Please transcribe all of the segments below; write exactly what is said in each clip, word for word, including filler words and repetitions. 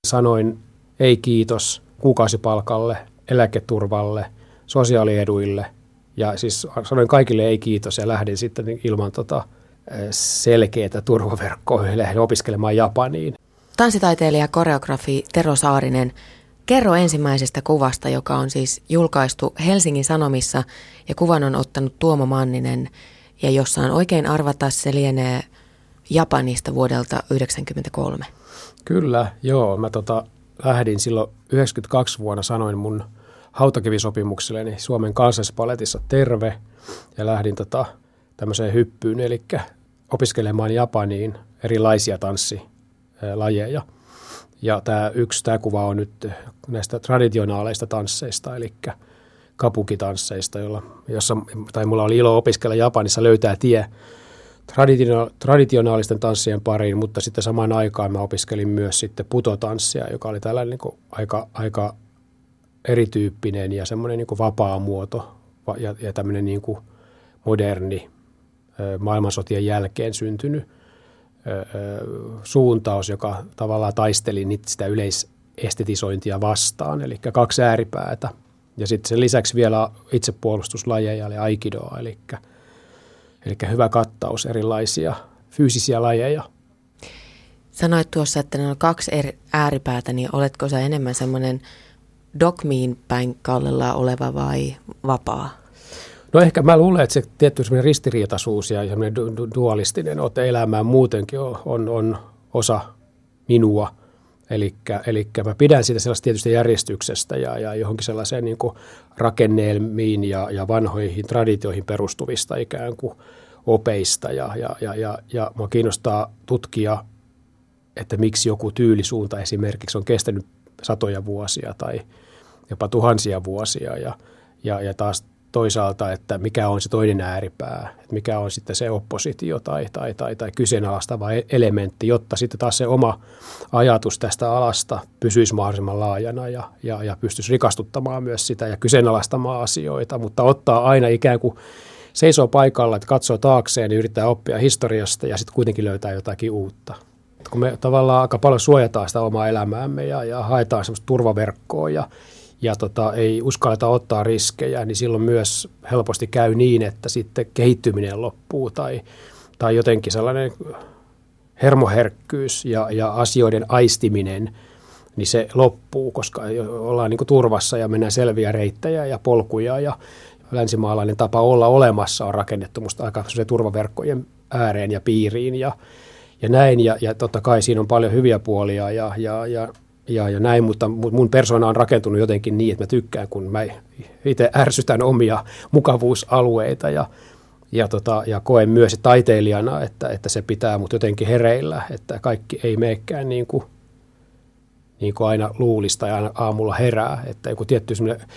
Sanoin ei kiitos kuukausipalkalle, eläketurvalle, sosiaalieduille ja siis sanoin kaikille ei kiitos ja lähdin sitten ilman tota selkeää turvaverkkoa ja lähdin opiskelemaan Japaniin. Tanssitaiteilija ja koreografi Tero Saarinen, kerro ensimmäisestä kuvasta, joka on siis julkaistu Helsingin Sanomissa ja kuvan on ottanut Tuomo Manninen ja jossa on oikein arvata, se lienee Japanista vuodelta yhdeksänkymmentäkolme. Kyllä, joo. Mä tota, lähdin silloin yhdeksänkymmentäkaksi vuonna, sanoin mun hautakivisopimukselleni Suomen Kansallispaletissa terve ja lähdin tota, tämmöiseen hyppyyn, eli opiskelemaan Japaniin erilaisia tanssilajeja. Ja tämä yksi tämä kuva on nyt näistä traditionaaleista tansseista, eli kapukitansseista, jolla, jossa, tai mulla oli ilo opiskella Japanissa, löytää tie traditio, traditionaalisten tanssien pariin, mutta sitten samaan aikaan mä opiskelin myös sitten putotanssia, joka oli tällainen niin kuin aika, aika erityyppinen ja semmoinen niin kuin vapaa muoto ja, ja tämmöinen niin kuin moderni maailmansotien jälkeen syntynyt suuntaus, joka tavallaan taisteli sitä yleisestetisointia vastaan, eli kaksi ääripäätä. Ja sitten sen lisäksi vielä itsepuolustuslajeja, eli aikidoa, eli, eli hyvä kattaus erilaisia fyysisiä lajeja. Sanoit tuossa, että ne on kaksi eri ääripäätä, niin oletko sä enemmän semmoinen dogmiin päin kallellaan oleva vai vapaa? No ehkä mä luulen, että se tietty semmoinen ristiriitaisuus ja semmoinen du- du- dualistinen ote elämään muutenkin on, on, on osa minua. Eli mä pidän siitä sellaista tietystä järjestyksestä ja, ja johonkin sellaiseen niin kuin rakennelmiin ja, ja vanhoihin traditioihin perustuvista ikään kuin opeista. Ja, ja, ja, ja, ja mua kiinnostaa tutkia, että miksi joku tyylisuunta esimerkiksi on kestänyt satoja vuosia tai jopa tuhansia vuosia ja, ja, ja taas toisaalta, että mikä on se toinen ääripää, että mikä on sitten se oppositio tai, tai, tai, tai kyseenalaistava elementti, jotta sitten taas se oma ajatus tästä alasta pysyisi mahdollisimman laajana ja, ja, ja pystyisi rikastuttamaan myös sitä ja kyseenalaistamaan asioita, mutta ottaa aina ikään kuin seisoo paikalla, että katsoo taakseen ja yrittää oppia historiasta ja sitten kuitenkin löytää jotakin uutta. Kun me tavallaan aika paljon suojataan sitä omaa elämäämme ja, ja haetaan semmoista turvaverkkoa ja ja tota, ei uskalleta ottaa riskejä, niin silloin myös helposti käy niin, että sitten kehittyminen loppuu tai, tai jotenkin sellainen hermoherkkyys ja, ja asioiden aistiminen, niin se loppuu, koska ollaan niin kuin turvassa ja mennään selviä reittejä ja polkuja ja länsimaalainen tapa olla olemassa on rakennettu musta aika turvaverkkojen ääreen ja piiriin ja, ja näin ja, ja totta kai siinä on paljon hyviä puolia ja, ja, ja Ja, ja näin, mutta mun persona on rakentunut jotenkin niin, että mä tykkään, kun mä itse ärsytän omia mukavuusalueita ja, ja, tota, ja koen myös että taiteilijana, että, että se pitää mut jotenkin hereillä, että kaikki ei meekään niin kuin, niin kuin aina luulisi tai aina aamulla herää, että joku tietty semmoinen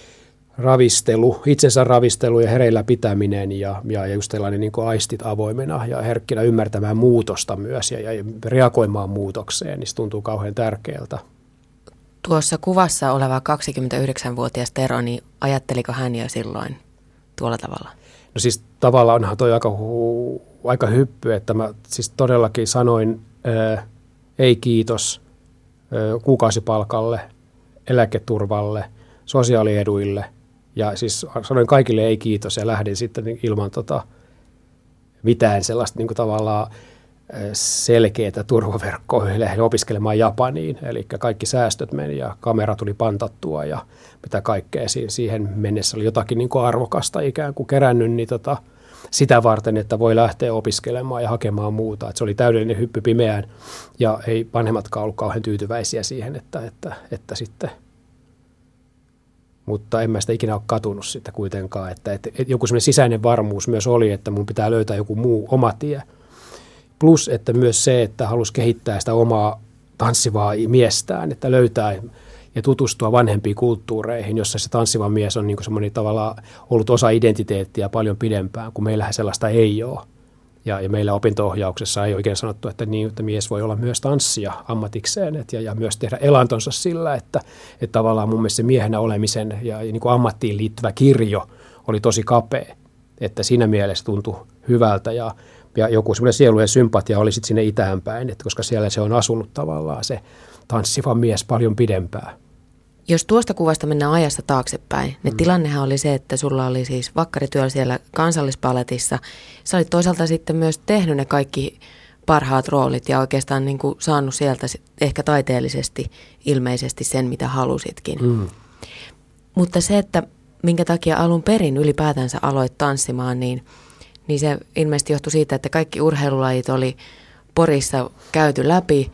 ravistelu, itsensä ravistelu ja hereillä pitäminen ja, ja, ja just tällainen niin kuin aistit avoimena ja herkkinä ymmärtämään muutosta myös ja, ja reagoimaan muutokseen, niin se tuntuu kauhean tärkeältä. Tuossa kuvassa oleva kaksikymmentäyhdeksänvuotias Tero, niin ajatteliko hän jo silloin tuolla tavalla? No siis tavallaan onhan toi aika, hu, aika hyppy, että mä siis todellakin sanoin ää, ei kiitos ää, kuukausipalkalle, eläketurvalle, sosiaalieduille. Ja siis sanoin kaikille ei kiitos ja lähdin sitten ilman tota mitään sellaista niin kuin tavallaan selkeää turvaverkkoa ja lähdin opiskelemaan Japaniin. Eli kaikki säästöt meni ja kamera tuli pantattua ja mitä kaikkea siihen mennessä oli jotakin niin kuin arvokasta ikään kuin kerännyt niin tota, sitä varten, että voi lähteä opiskelemaan ja hakemaan muuta. Et se oli täydellinen hyppy pimeään ja ei vanhemmatkaan ollut kauhean tyytyväisiä siihen, että, että, että sitten... Mutta en mä sitä ikinä ole katunut sitä kuitenkaan, että, että, että joku semmoinen sisäinen varmuus myös oli, että mun pitää löytää joku muu oma tie. Plus, että myös se, että halusi kehittää sitä omaa tanssivaa miestään, että löytää ja tutustua vanhempiin kulttuureihin, jossa se tanssiva mies on niin kuin semmoinen tavallaan ollut osa identiteettiä paljon pidempään, kun meillähän sellaista ei ole. Ja, ja meillä opinto-ohjauksessa ei oikein sanottu, että, niin, että mies voi olla myös tanssija ammatikseen et, ja, ja myös tehdä elantonsa sillä, että, että tavallaan mun mielestä se miehenä olemisen ja, ja niin kuin ammattiin liittyvä kirjo oli tosi kapea. Että siinä mielessä tuntui hyvältä ja ja joku semmoinen sielujen sympatia oli sitten sinne itään päin, että koska siellä se on asunut tavallaan se tanssiva mies paljon pidempään. Jos tuosta kuvasta mennään ajassa taaksepäin, niin mm. tilannehan oli se, että sulla oli siis vakkarityöllä siellä Kansallispaletissa. Sä olit toisaalta sitten myös tehnyt ne kaikki parhaat roolit ja oikeastaan niin kuin saanut sieltä ehkä taiteellisesti ilmeisesti sen, mitä halusitkin. Mm. Mutta se, että minkä takia alun perin ylipäätänsä aloit tanssimaan, niin, niin se ilmeisesti johtui siitä, että kaikki urheilulajit oli Porissa käyty läpi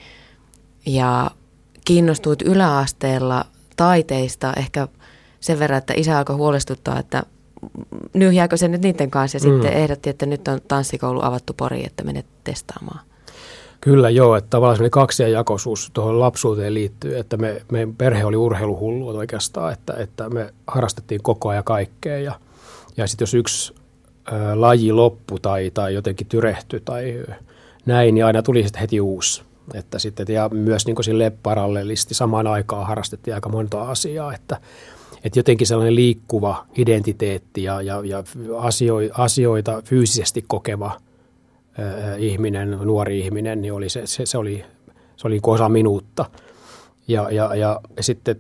ja kiinnostuit yläasteella taiteista ehkä sen verran, että isä alkoi huolestuttaa, että nyhjääkö se nyt niiden kanssa ja mm. sitten ehdotti, että nyt on tanssikoulu avattu Poriin, että menet testaamaan. Kyllä joo, että tavallaan semmoinen kaksijakoisuus tuohon lapsuuteen liittyy, että me, meidän perhe oli urheiluhullu oikeastaan, että, että me harrastettiin koko ajan kaikkea ja, ja sitten jos yksi ä, laji loppu tai, tai jotenkin tyrehtyi tai näin, niin aina tuli sitten heti uusi. Että sitten, ja myös niin kuin sille parallelisti samaan aikaan harrastettiin aika monta asiaa, että, että jotenkin sellainen liikkuva identiteetti ja, ja, ja asioita fyysisesti kokeva äh, ihminen, nuori ihminen, niin oli se, se, se oli, se oli osa minuutta. Ja, ja, ja sitten,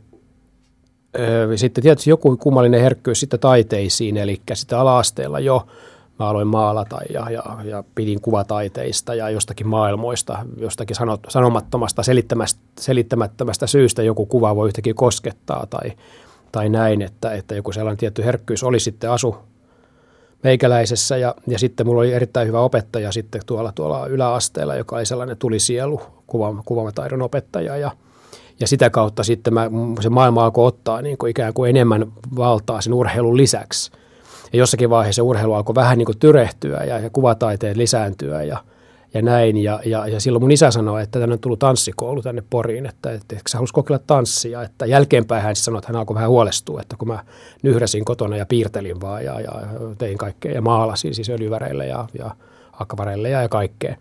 äh, sitten tietysti joku kummallinen herkkyys sitten taiteisiin, eli sitten ala-asteella jo mä aloin maalata ja, ja, ja pidin kuvataiteista ja jostakin maailmoista, jostakin sanot, sanomattomasta, selittämättömästä syystä joku kuva voi yhtäkkiä koskettaa tai, tai näin, että, että joku sellainen tietty herkkyys oli sitten asu meikäläisessä ja, ja sitten mulla oli erittäin hyvä opettaja sitten tuolla, tuolla yläasteella, joka oli sellainen tulisielu, kuva, kuvamataidon opettaja ja, ja sitä kautta sitten mä, se maailma alkoi ottaa niin kuin ikään kuin enemmän valtaa sen urheilun lisäksi. Ja jossakin vaiheessa urheilu alkoi vähän niin kuin tyrehtyä ja, ja kuvataiteet lisääntyä ja, ja näin. Ja, ja, ja silloin mun isä sanoi, että tänne on tullut tanssikoulu tänne Poriin, että, että, että sä halusi kokeilla tanssia. Että jälkeenpäin hän sanoi, että hän alkoi vähän huolestua, että kun mä nyhräsin kotona ja piirtelin vaan ja, ja tein kaikkea ja maalasin siis öljyväreillä ja, ja akvareilla ja kaikkea.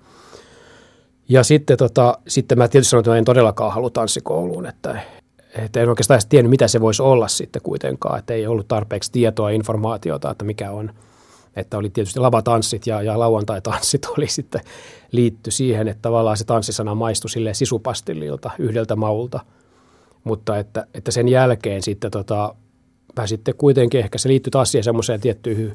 Ja sitten, tota, sitten mä tietysti sanoin, että en todellakaan halua tanssikouluun, että Että en oikeastaan edes tiennyt, mitä se voisi olla sitten kuitenkaan, että ei ollut tarpeeksi tietoa ja informaatiota, että mikä on. Että oli tietysti lavatanssit ja, ja lauantai-tanssit oli sitten liitty siihen, että tavallaan se tanssisana maistui silleen sisupastillilta yhdeltä maulta. Mutta että, että sen jälkeen sitten tota, mä sitten kuitenkin ehkä se liittyi taas siihen semmoiseen tiettyyn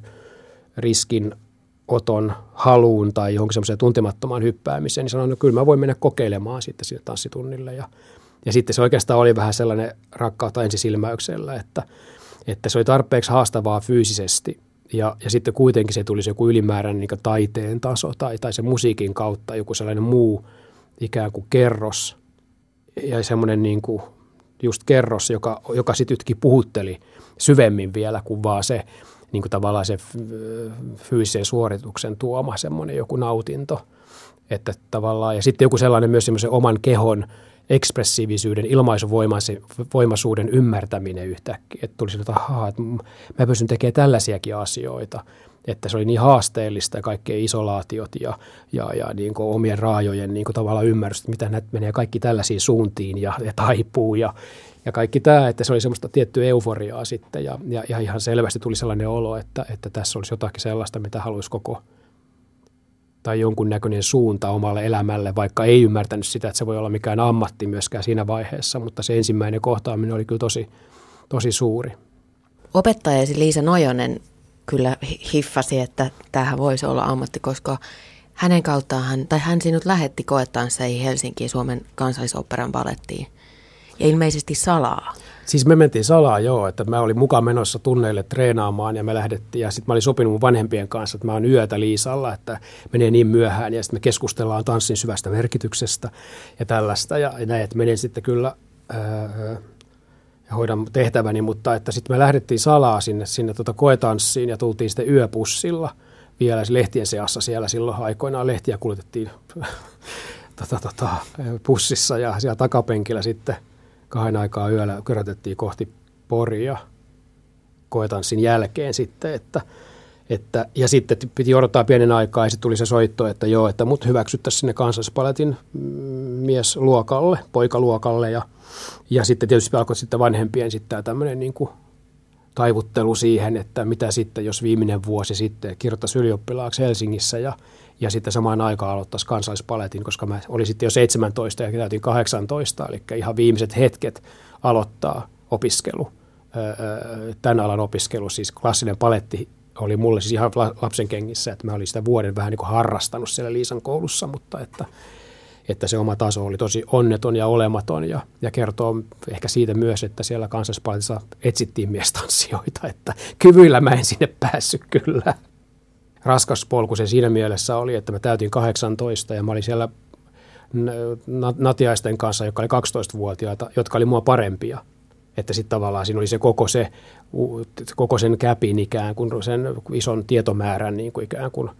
riskinoton haluun tai johonkin semmoiseen tuntemattomaan hyppäämiseen, niin sanoin, että no kyllä mä voin mennä kokeilemaan sitten sinne tanssitunnille ja Ja sitten se oikeastaan oli vähän sellainen rakkautta ensisilmäyksellä, että, että se oli tarpeeksi haastavaa fyysisesti ja, ja sitten kuitenkin se tulisi joku ylimääräinen niin kuin taiteen taso tai, tai se musiikin kautta joku sellainen muu ikään kuin kerros ja semmoinen niin kuin just kerros, joka, joka sitten ytkin puhutteli syvemmin vielä kuin vaan se niin kuin tavallaan se fyysisen suorituksen tuoma semmoinen joku nautinto. Että tavallaan, ja sitten joku sellainen myös semmoisen oman kehon ekspressiivisyyden, ilmaisuvoimaisuuden ymmärtäminen yhtäkkiä. Että tuli sille, että ahaa, että mä pystyn tekemään tällaisiakin asioita. Että se oli niin haasteellista ja kaikkea isolaatiot ja, ja, ja niin kuin omien raajojen niin kuin tavallaan ymmärrys, että mitä näitä menee kaikki tällaisiin suuntiin ja, ja taipuu ja, ja kaikki tämä, että se oli semmoista tiettyä euforiaa sitten ja, ja, ja ihan selvästi tuli sellainen olo, että, että tässä olisi jotakin sellaista, mitä haluaisi koko tai jonkunnäköinen suunta omalle elämälle, vaikka ei ymmärtänyt sitä, että se voi olla mikään ammatti myöskään siinä vaiheessa, mutta se ensimmäinen kohtaaminen oli kyllä tosi, tosi suuri. Opettajasi Liisa Nojonen kyllä hiffasi, että tämähän voisi olla ammatti, koska hänen kauttaan hän, tai hän sinut lähetti koetansseihin Helsinkiin Suomen Kansallisoopperan balettiin ja ilmeisesti salaa. Siis me mentiin salaa joo, että mä olin mukaan menossa tunneille treenaamaan ja me lähdettiin ja sitten mä olin sopinut mun vanhempien kanssa, että mä oon yötä Liisalla, että menee niin myöhään ja sitten me keskustellaan tanssin syvästä merkityksestä ja tällaista ja näin, että menen sitten kyllä ää, ja hoidan tehtäväni, mutta että sitten me lähdettiin salaa sinne, sinne tuota koetanssiin ja tultiin sitten yöpussilla vielä lehtien seassa siellä silloin aikoinaan lehtiä kuljetettiin tota, tota, pussissa ja siellä takapenkillä sitten kahden aikaa yöllä körötettiin kohti Poria koetanssin jälkeen sitten, että, että, ja sitten piti odottaa pienen aikaa ja sitten tuli se soitto, että joo, että mut hyväksyttäisiin sinne Kansallispaletin miesluokalle, poikaluokalle ja, ja sitten tietysti alkoi sitten vanhempien sitten tämmöinen niin kuin taivuttelu siihen, että mitä sitten, jos viimeinen vuosi sitten kirjoittaisi ylioppilaaksi Helsingissä ja, ja sitten samaan aikaan aloittaisi Kansallispaletin, koska mä olin sitten jo seitsemäntoista ja täytin kahdeksantoista, eli ihan viimeiset hetket aloittaa opiskelu, tämän alan opiskelu, siis klassinen paletti oli mulle siis ihan lapsen kengissä, että mä olin sitä vuoden vähän niin kuin harrastanut siellä Liisan koulussa, mutta että, että se oma taso oli tosi onneton ja olematon ja, ja kertoo ehkä siitä myös, että siellä Kansallispaletissa etsittiin miestanssijoita, että kyvyillä mä en sinne päässyt kyllä. Raskas polku se siinä mielessä oli, että mä täytin kahdeksantoista ja mä olin siellä natiaisten kanssa, jotka oli kaksitoistavuotiaita, jotka oli mua parempia. Että sitten tavallaan siinä oli se koko, se, koko sen käpin ikään kuin sen ison tietomäärän niin kuin ikään kuin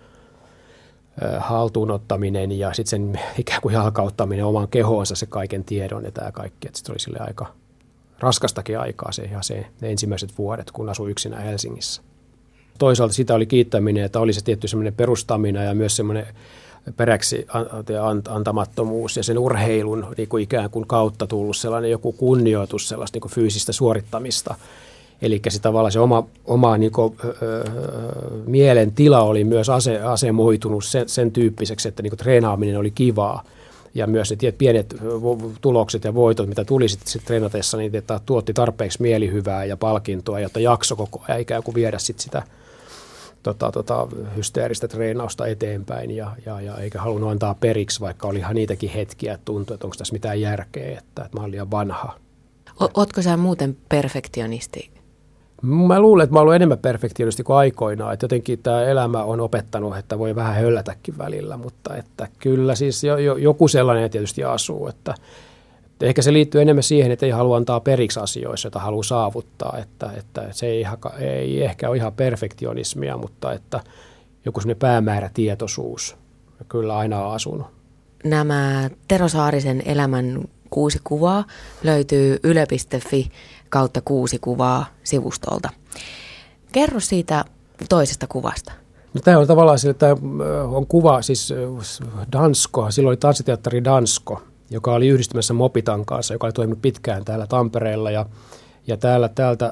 haltuunottaminen ja sitten sen ikään kuin jalkauttaminen oman kehoonsa se kaiken tiedon ja tämä kaikki. Että sitten oli sille aika raskastakin aikaa se ihan se ne ensimmäiset vuodet, kun asui yksinään Helsingissä. Toisaalta sitä oli kiittäminen, että oli se tietty semmoinen perustamina ja myös semmoinen peräksi antamattomuus ja sen urheilun niin kuin ikään kuin kautta tullut sellainen joku kunnioitus, sellaista niin kuin fyysistä suorittamista. Eli se tavallaan se oma, oma niin kuin, ö, mielen tila oli myös ase, asemoitunut sen, sen tyyppiseksi, että niin kuin treenaaminen oli kivaa. Ja myös ne tiet, pienet tulokset ja voitot, mitä tuli sitten sit treenatessa, niin että tuotti tarpeeksi mielihyvää ja palkintoa, jotta jakso koko ajan ikään kuin viedä sit sitä Tota, tota, hysteeristä treenausta eteenpäin ja, ja, ja eikä halunnut antaa periksi, vaikka oli ihan niitäkin hetkiä, että tuntui, että onko tässä mitään järkeä, että, että mä olin liian vanha. O- Ootko sä muuten perfektionisti? Mä luulen, että mä olen enemmän perfektionisti kuin aikoinaan, että jotenkin tämä elämä on opettanut, että voi vähän höllätäkin välillä, mutta että kyllä siis jo, jo, joku sellainen tietysti asuu, että ehkä se liittyy enemmän siihen, että ei halua antaa periksi asioissa, joita haluaa saavuttaa. Että, että se ei, ihan, ei ehkä ole ihan perfektionismia, mutta että joku sellainen päämäärätietoisuus kyllä aina on asunut. Nämä Tero Saarisen elämän kuusi kuvaa löytyy yle piste fi kautta kuusi kuvaa sivustolta. Kerro siitä toisesta kuvasta. No, tämä on tavallaan sille, että on kuva, siis Dansko, silloin oli tanssiteatteri Dansko, joka oli yhdistymässä Mopitan kanssa, joka oli toiminut pitkään täällä Tampereella. Ja, ja täällä, täältä,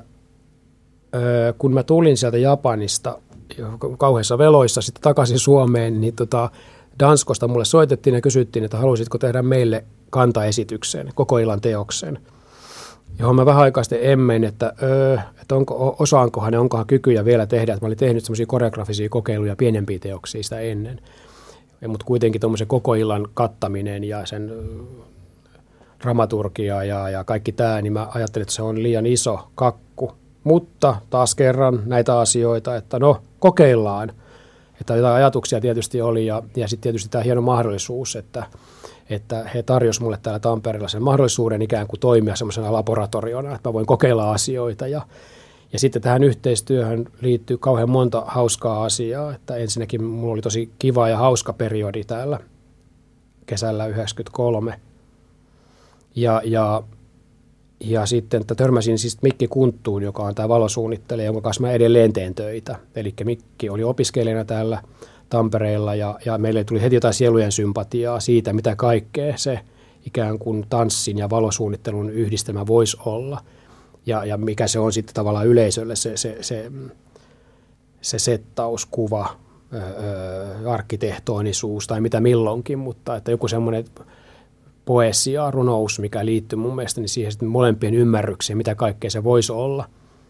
kun mä tulin sieltä Japanista kauheissa veloissa sitten takaisin Suomeen, niin tota, Danskosta mulle soitettiin ja kysyttiin, että haluaisitko tehdä meille kantaesityksen, koko illan teoksen. Johon mä vähän aikaa sitten emmein, että, öö, että onko, osaankohan ne, onkohan kykyjä vielä tehdä. Että mä olin tehnyt semmoisia koreografisia kokeiluja pienempiä teoksia sitä ennen. Mutta kuitenkin tuommoisen koko illan kattaminen ja sen dramaturgia ja, ja kaikki tämä, niin mä ajattelin, että se on liian iso kakku. Mutta taas kerran näitä asioita, että no kokeillaan. Että jotain ajatuksia tietysti oli ja, ja sitten tietysti tämä hieno mahdollisuus, että, että he tarjosivat mulle täällä Tampereella sen mahdollisuuden ikään kuin toimia semmoisena laboratoriona, että mä voin kokeilla asioita ja Ja sitten tähän yhteistyöhön liittyy kauhean monta hauskaa asiaa, että ensinnäkin mulla oli tosi kiva ja hauska periodi täällä kesällä yhdeksänkymmentäkolme. Ja, ja, ja sitten että törmäsin siis Mikki Kunttuun, joka on tämä valosuunnittelija, jonka kanssa mä edelleen teen töitä. Eli Mikki oli opiskelijana täällä Tampereella ja, ja meille tuli heti jotain sielujen sympatiaa siitä, mitä kaikkea se ikään kuin tanssin ja valosuunnittelun yhdistelmä voisi olla. Ja, ja mikä se on sitten tavallaan yleisölle se, se, se, se settauskuva, öö, arkkitehtoonisuus tai mitä milloinkin, mutta että joku semmoinen poesia, runous, mikä liittyy mun mielestä niin siihen sitten molempien ymmärrykseen, mitä kaikkea se voisi olla.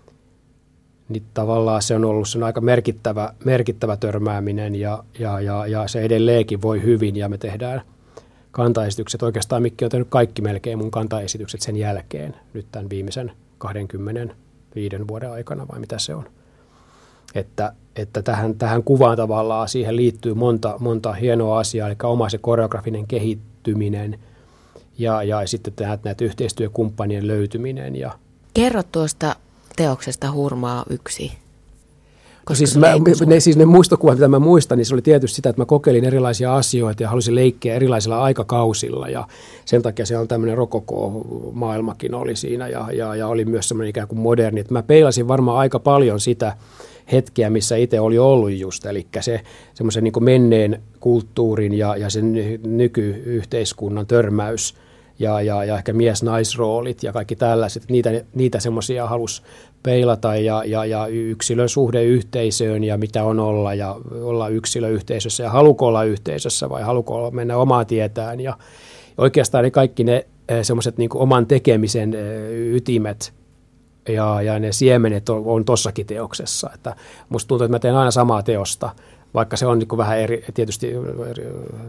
Niin tavallaan se on ollut sen aika merkittävä, merkittävä törmääminen ja, ja, ja, ja se edelleenkin voi hyvin ja me tehdään kantaesitykset. Oikeastaan Mikki on tehnyt kaikki melkein mun kantaesitykset sen jälkeen nyt tämän viimeisen kaksikymmentäviisi vuoden aikana vai mitä se on. Että, että tähän, tähän kuvaan tavallaan siihen liittyy monta, monta hienoa asiaa, eli oma se koreografinen kehittyminen ja, ja sitten näitä yhteistyökumppanien löytyminen. Ja kerro tuosta teoksesta Hurmaa yksi. Siis, mä, ne, siis ne muistokuvat, mitä mä muistan, niin se oli tietysti sitä, että mä kokeilin erilaisia asioita ja halusin leikkiä erilaisilla aikakausilla ja sen takia se on tämmöinen rokoko-maailmakin oli siinä ja, ja, ja oli myös semmoinen ikään kuin moderni. Että mä peilasin varmaan aika paljon sitä hetkeä, missä itse oli ollut just, eli se semmoisen niin kuin menneen kulttuurin ja, ja sen nykyyhteiskunnan törmäys ja, ja, ja ehkä mies-naisroolit ja kaikki tällaiset. Niitä, niitä semmoisia halusi peilata ja, ja, ja yksilön suhde yhteisöön ja mitä on olla ja olla yksilöyhteisössä ja haluko olla yhteisössä vai haluko mennä omaa tietään. Ja oikeastaan ne kaikki ne semmoiset niin kuin oman tekemisen ytimet ja, ja ne siemenet on, on tossakin teoksessa. Että musta tuntuu, että mä teen aina samaa teosta, vaikka se on niin kuin vähän eri, tietysti eri,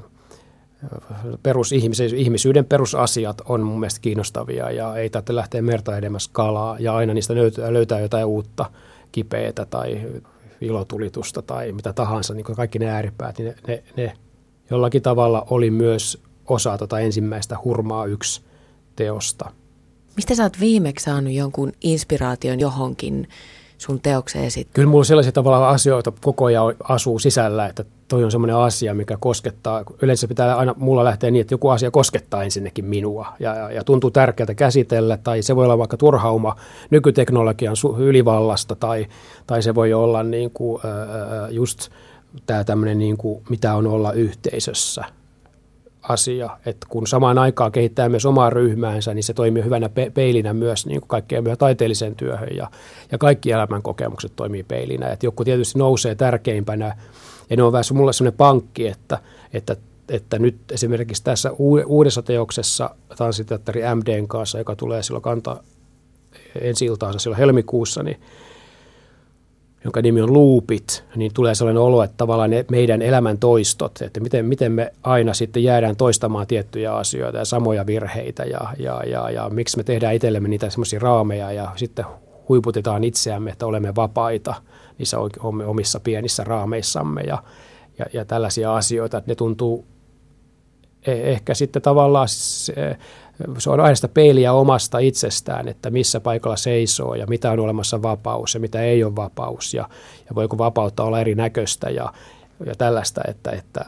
perusihmisyyden perusasiat on mun mielestä kiinnostavia ja ei tarvitse lähteä merta edemmäs kalaa ja aina niistä löytää, löytää jotain uutta kipeätä tai ilotulitusta tai mitä tahansa, niin kuin kaikki ne ääripäät, niin ne, ne, ne jollakin tavalla oli myös osa tota ensimmäistä Hurmaa yksi teosta. Mistä sä oot viimeksi saanut jonkun inspiraation johonkin sun teokseesi? Kyllä mulla sellaisia tavallaan asioita koko ajan asuu sisällä, että toi on semmoinen asia, mikä koskettaa. Yleensä pitää aina mulla lähteä niin, että joku asia koskettaa ensinnäkin minua ja, ja, ja tuntuu tärkeältä käsitellä, tai se voi olla vaikka turhauma nykyteknologian ylivallasta, tai, tai se voi olla niin kuin, ää, just tämä tämmöinen, niin kuin, mitä on olla yhteisössä asia, että kun samaan aikaan kehittää myös omaa ryhmäänsä, niin se toimii hyvänä pe- peilinä myös niin kuin kaikkeen myös taiteelliseen työhön ja, ja kaikki elämän kokemukset toimii peilinä. Että joku tietysti nousee tärkeimpänä ja ne on vähän mulle sellainen pankki, että, että, että nyt esimerkiksi tässä uudessa teoksessa tanssiteatteri M D:n kanssa, joka tulee silloin kantaa ensi-iltaansa silloin helmikuussa, niin jonka nimi on Loopit, niin tulee sellainen olo, että tavallaan ne meidän elämän toistot, että miten, miten me aina sitten jäädään toistamaan tiettyjä asioita ja samoja virheitä ja, ja, ja, ja miksi me tehdään itsellemme niitä semmoisia raameja ja sitten huiputetaan itseämme, että olemme vapaita niissä omissa pienissä raameissamme ja, ja, ja tällaisia asioita, että ne tuntuu ehkä sitten tavallaan se, se on aina sitä peiliä omasta itsestään, että missä paikalla seisoo ja mitä on olemassa vapaus ja mitä ei ole vapaus ja, ja voiko vapautta olla erinäköistä ja, ja tällaista, että, että,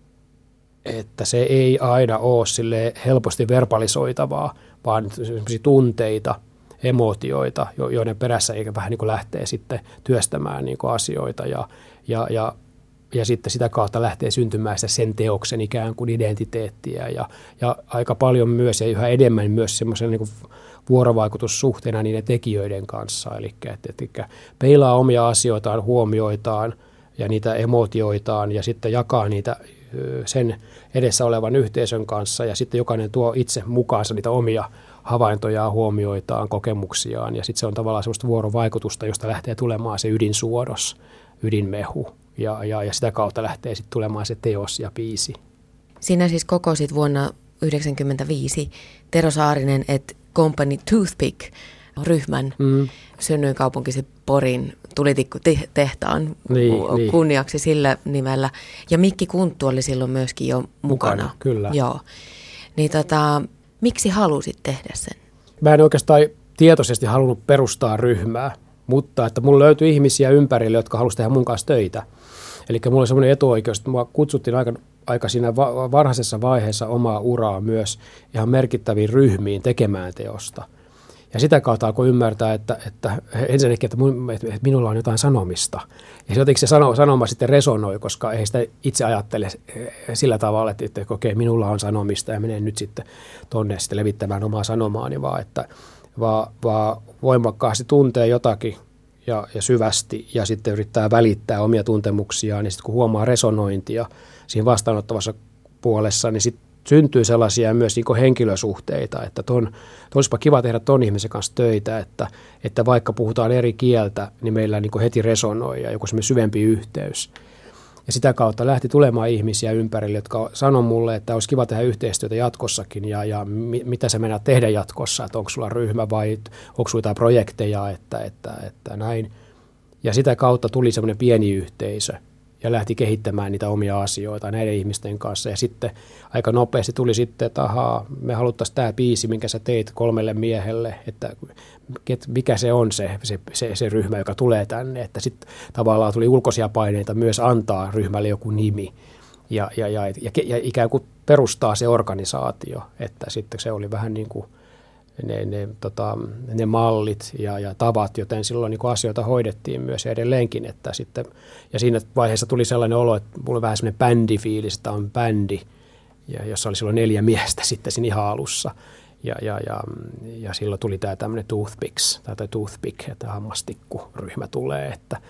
että se ei aina ole sille helposti verbalisoitavaa, vaan sellaisia tunteita, emootioita, joiden perässä eikä vähän niin kuin lähtee sitten työstämään niin kuin asioita ja, ja, ja Ja sitten sitä kautta lähtee syntymään sitä sen teoksen ikään kuin identiteettiä ja, ja aika paljon myös ja yhä enemmän myös semmoisen niin kuin vuorovaikutussuhteena niiden tekijöiden kanssa. Eli että peilaa omia asioitaan, huomioitaan ja niitä emootioitaan ja sitten jakaa niitä sen edessä olevan yhteisön kanssa ja sitten jokainen tuo itse mukaansa niitä omia havaintojaan, huomioitaan, kokemuksiaan ja sitten se on tavallaan semmoista vuorovaikutusta, josta lähtee tulemaan se ydinsuodos, ydinmehu. Ja, ja, ja sitä kautta lähtee sitten tulemaan se teos ja biisi. Sinä siis kokosit vuonna yhdeksänkymmentäviisi Tero Saarinen et Company Toothpick-ryhmän mm. synnyinkaupunkisi Porin tulitikkutehtaan niin, kunniaksi niin. Sillä nimellä. Ja Mikki Kunttu oli silloin myöskin jo mukana. Mukana, kyllä. Joo. Niin tota, miksi halusit tehdä sen? Mä en oikeastaan tietoisesti halunnut perustaa ryhmää, mutta että mulla löytyi ihmisiä ympärille, jotka halusivat tehdä mun kanssa töitä. Eli mulla oli semmoinen etuoikeus, että mua kutsuttiin aika, aika siinä varhaisessa vaiheessa omaa uraa myös ihan merkittäviin ryhmiin tekemään teosta. Ja sitä kautta alkoi ymmärtää, että, että ensinnäkin, että, mun, että minulla on jotain sanomista. Ja se jotenkin se sano, sanoma sitten resonoi, koska ei sitä itse ajattele sillä tavalla, että, että okei, minulla on sanomista ja menen nyt sitten tonne sitten levittämään omaa sanomaani, vaan että vaan, vaan voimakkaasti tuntee jotakin ja, ja syvästi ja sitten yrittää välittää omia tuntemuksiaan. Ja sitten kun huomaa resonointia siinä vastaanottavassa puolessa, niin sitten syntyy sellaisia myös niin kuin henkilösuhteita, että ton, olisipa kiva tehdä ton ihmisen kanssa töitä, että, että vaikka puhutaan eri kieltä, niin meillä niin kuin heti resonoi ja joku semmoinen syvempi yhteys. Ja sitä kautta lähti tulemaan ihmisiä ympärille, jotka sanoi mulle, että olisi kiva tehdä yhteistyötä jatkossakin ja, ja mi, mitä sä mennään tehdä jatkossa, että onko sulla ryhmä vai onko sulla jotain projekteja, että, että, että näin. Ja sitä kautta tuli semmoinen pieni yhteisö ja lähti kehittämään niitä omia asioita näiden ihmisten kanssa. Ja sitten aika nopeasti tuli sitten, että ahaa, me haluttaisiin tämä biisi, minkä sä teit kolmelle miehelle, että mikä se on se, se, se, se ryhmä, joka tulee tänne. Että sitten tavallaan tuli ulkoisia paineita myös antaa ryhmälle joku nimi ja, ja, ja, ja, ja ikään kuin perustaa se organisaatio. Että sitten se oli vähän niin kuin ne, ne, tota, ne mallit ja, ja tavat, joten silloin niin kuin asioita hoidettiin myös ja edelleenkin. Että sitten, ja siinä vaiheessa tuli sellainen olo, että mulla oli vähän sellainen bändifiilis, että on bändi. ja jossa oli silloin neljä miestä sitten siinä ihan alussa. Ja, ja, ja, ja silloin tuli tämä tämmöinen toothpicks, tai toothpick, että hammastikkuryhmä tulee, että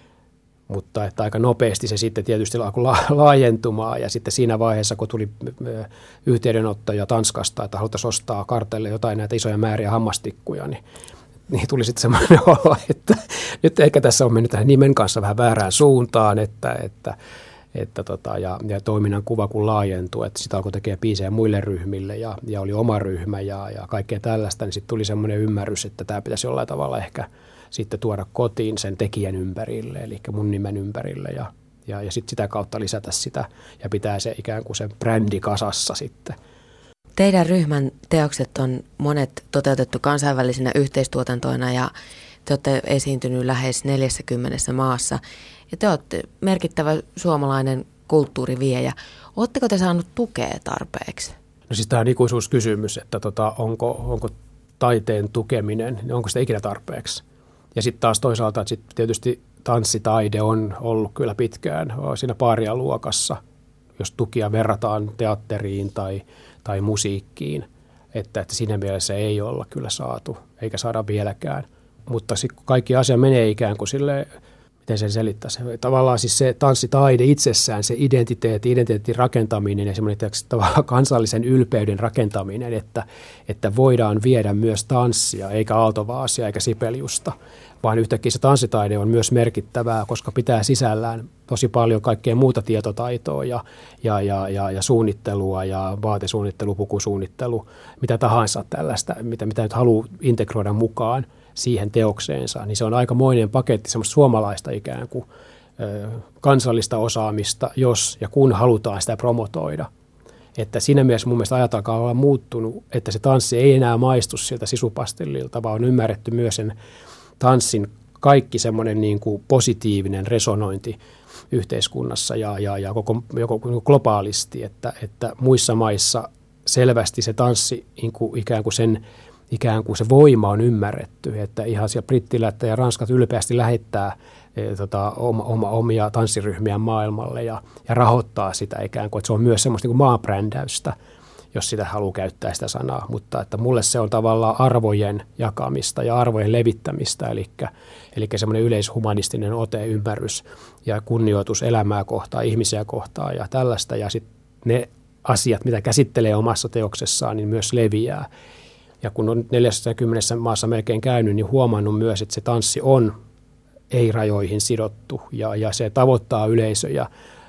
mutta että aika nopeasti se sitten tietysti alkoi laajentumaan ja sitten siinä vaiheessa, kun tuli yhteydenottoja Tanskasta, että haluttaisiin ostaa kartelle jotain näitä isoja määriä hammastikkuja, niin, niin tuli sitten semmoinen olo, että nyt ehkä tässä on mennyt tähän nimen kanssa vähän väärään suuntaan, että, että, että tota, ja, ja toiminnan kuva kun laajentui, että sitä alkoi tekemään biisejä muille ryhmille ja, ja oli oma ryhmä ja, ja kaikkea tällaista, niin sitten tuli semmoinen ymmärrys, että tämä pitäisi jollain tavalla ehkä sitten tuoda kotiin sen tekijän ympärille, eli mun nimen ympärille ja, ja, ja sitten sitä kautta lisätä sitä ja pitää se ikään kuin sen brändi kasassa sitten. Teidän ryhmän teokset on monet toteutettu kansainvälisinä yhteistuotantoina ja te olette esiintynyt lähes neljässäkymmenessä maassa ja te olette merkittävä suomalainen kulttuuriviejä. Oletteko te saanut tukea tarpeeksi? No siis tämä on ikuisuuskysymys, että tota, onko, onko taiteen tukeminen, onko sitä ikinä tarpeeksi? Ja sitten taas toisaalta, että sit tietysti tanssitaide on ollut kyllä pitkään siinä paarialuokassa, jos tukia verrataan teatteriin tai, tai musiikkiin, että, että siinä mielessä ei olla kyllä saatu, eikä saada vieläkään. Mutta sitten kun kaikki asia menee ikään kuin silleen, miten sen selittäisi, tavallaan siis se tanssitaide itsessään, se identiteetti, identiteetin rakentaminen ja semmoinen tavallaan kansallisen ylpeyden rakentaminen, että, että voidaan viedä myös tanssia, eikä aaltovaasia eikä sipeliusta, vaan yhtäkkiä se tanssitaide on myös merkittävää, koska pitää sisällään tosi paljon kaikkea muuta tietotaitoa ja, ja, ja, ja, ja suunnittelua ja vaatesuunnittelu, pukusuunnittelu, mitä tahansa tällaista, mitä, mitä nyt haluaa integroida mukaan siihen teokseensa, niin se on aikamoinen paketti semmoista suomalaista ikään kuin ö, kansallista osaamista, jos ja kun halutaan sitä promotoida. Että siinä mielessä mun mielestä ajat alkaa olla muuttunut, että se tanssi ei enää maistu sieltä sisupastillilta, vaan on ymmärretty myös sen tanssin kaikki semmoinen niin kuin positiivinen resonointi yhteiskunnassa ja, ja, ja koko, koko globaalisti, että, että muissa maissa selvästi se tanssi niin kuin ikään kuin sen ikään kuin se voima on ymmärretty, että ihan siellä brittilättä ja ranskat ylpeästi lähettää e, tota, oma, oma, omia tanssiryhmiä maailmalle ja, ja rahoittaa sitä ikään kuin, että se on myös semmoista niin kuin maabrändäystä, jos sitä haluaa käyttää sitä sanaa, mutta että mulle se on tavallaan arvojen jakamista ja arvojen levittämistä, eli, eli semmoinen yleishumanistinen ote, ymmärrys ja kunnioitus elämää kohtaan, ihmisiä kohtaan ja tällaista, ja sitten ne asiat, mitä käsittelee omassa teoksessaan, niin myös leviää. Ja kun on neljässäkymmenessä maassa melkein käynyt, niin huomannut myös, että se tanssi on ei-rajoihin sidottu ja, ja se tavoittaa yleisöjä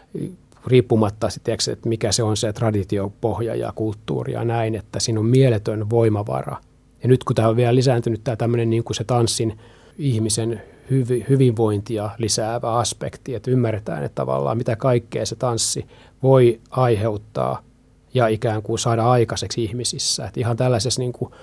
riippumatta sitten, että mikä se on se traditiopohja ja kulttuuri ja näin, että siinä on mieletön voimavara. Ja nyt kun tämä on vielä lisääntynyt, tämä tämmöinen niin kuin se tanssin ihmisen hyvi, hyvinvointia lisäävä aspekti, että ymmärretään, että tavallaan mitä kaikkea se tanssi voi aiheuttaa ja ikään kuin saada aikaiseksi ihmisissä. Että ihan tällaisessa niin kuin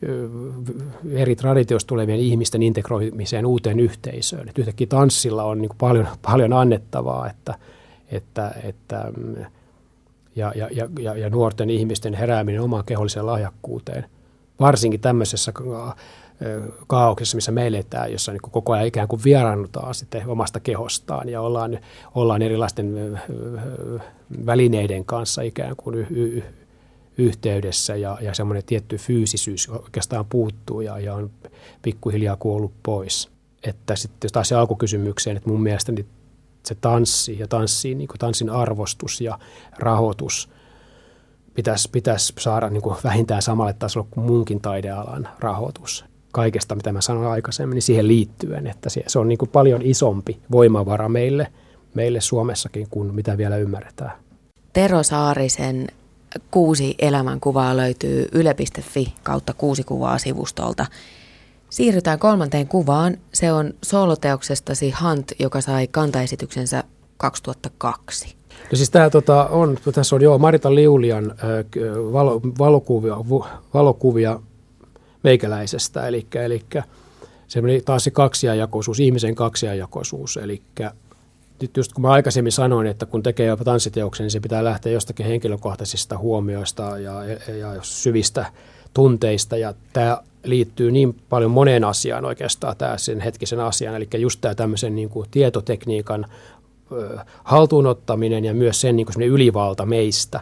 eri traditioista tulevien ihmisten integroimiseen uuteen yhteisöön. Että yhtäkkiä tanssilla on niin kuin paljon, paljon annettavaa, että, että, että, ja, ja, ja, ja nuorten ihmisten herääminen omaan keholliseen lahjakkuuteen. Varsinkin tämmöisessä kaauksessa, missä me eletään, jossa niin kuin koko ajan ikään kuin vieraannutaan sitten omasta kehostaan ja ollaan, ollaan erilaisten välineiden kanssa ikään kuin y- y- yhteydessä ja, ja semmoinen tietty fyysisyys oikeastaan puuttuu ja, ja on pikkuhiljaa kuollut pois. Että sitten taas se alkukysymykseen, että mun mielestäni se tanssi ja tanssi, niin kuin tanssin arvostus ja rahoitus pitäisi, pitäisi saada niin kuin vähintään samalle tasolle kuin munkin taidealan rahoitus. Kaikesta, mitä mä sanoin aikaisemmin, niin siihen liittyen, että se on niin kuin paljon isompi voimavara meille, meille Suomessakin kuin mitä vielä ymmärretään. Tero Saarisen kuusi elämänkuvaa löytyy yle piste fi kautta kuusi kuvaa sivustolta. Siirrytään kolmanteen kuvaan. Se on sooloteoksestasi Hunt, joka sai kantaesityksensä kaksituhattakaksi. No siis tämä tota, on, tässä on joo Marita Liulian äh, valo, valokuvia, valokuvia meikäläisestä, eli, eli se taas se kaksijakoisuus, ihmisen kaksijakoisuus, eli nyt just kun mä aikaisemmin sanoin, että kun tekee jopa tanssiteoksen, niin se pitää lähteä jostakin henkilökohtaisista huomioista ja, ja syvistä tunteista, ja tämä liittyy niin paljon moneen asiaan oikeastaan, tämä sen hetkisen asian, eli just tämä tämmöisen niin kuin tietotekniikan ö, haltuunottaminen ja myös sen niin kuin semmoinen ylivalta meistä,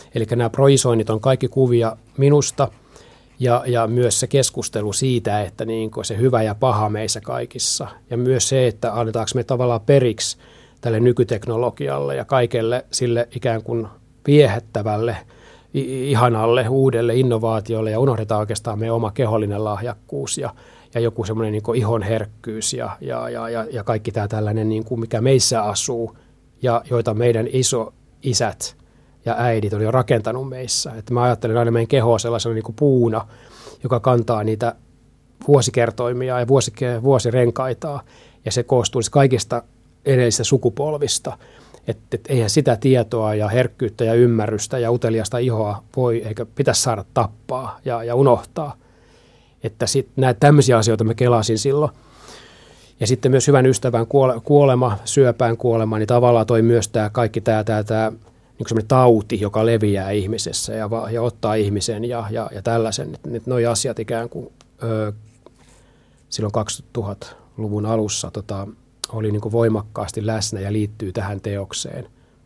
Eli nämä projisoinnit on kaikki kuvia minusta ja, ja myös se keskustelu siitä, että niin kuin se hyvä ja paha meissä kaikissa. Ja myös se, että annetaanko me tavallaan periksi tälle nykyteknologialle ja kaikelle sille ikään kuin viehättävälle, ihanalle, uudelle innovaatiolle ja unohdetaan oikeastaan meidän oma kehollinen lahjakkuus ja, ja joku semmoinen niin kuin ihonherkkyys ja, ja, ja, ja, ja kaikki tämä tällainen, niin kuin mikä meissä asuu ja joita meidän isoisät ja äidit on jo rakentanut meissä. Että mä ajattelen aina meidän kehoa sellaisena niin kuin puuna, joka kantaa niitä vuosikertoimia ja vuosi, vuosirenkaitaa ja se koostuu kaikista edellisistä sukupolvista. Että et eihän sitä tietoa ja herkkyyttä ja ymmärrystä ja uteliasta ihoa voi eikä pitäisi saada tappaa ja, ja unohtaa. Että sitten näitä tämmöisiä asioita mä kelasin silloin. Ja sitten myös hyvän ystävän kuolema, syöpään kuolema, niin tavallaan toi myös tämä kaikki tämä, tämä, tämä niin semmoinen tauti, joka leviää ihmisessä ja, ja ottaa ihmisen ja, ja, ja tällaisen. Että noi asiat ikään kuin ö, silloin kaksituhattaluvun alussa tota, oli niin kuin voimakkaasti läsnä ja liittyy tähän teokseen.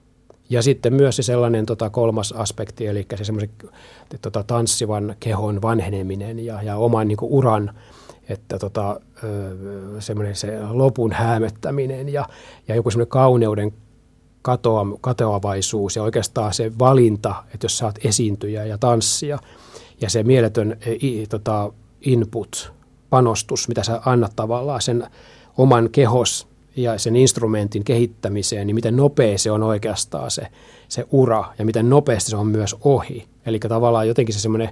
Ja sitten myös se sellainen tota, kolmas aspekti, eli se semmoisen tota, tanssivan kehon vanheneminen ja, ja oman niin kuin uran, että tota, semmoinen se lopun häämöttäminen ja, ja joku semmoinen kauneuden katoa, katoavaisuus ja oikeastaan se valinta, että jos sä oot esiintyjä ja tanssia ja se mieletön i, tota, input, panostus, mitä sä annat tavallaan sen oman kehos ja sen instrumentin kehittämiseen, niin miten nopea se on oikeastaan se, se ura ja miten nopeasti se on myös ohi. Eli tavallaan jotenkin se semmoinen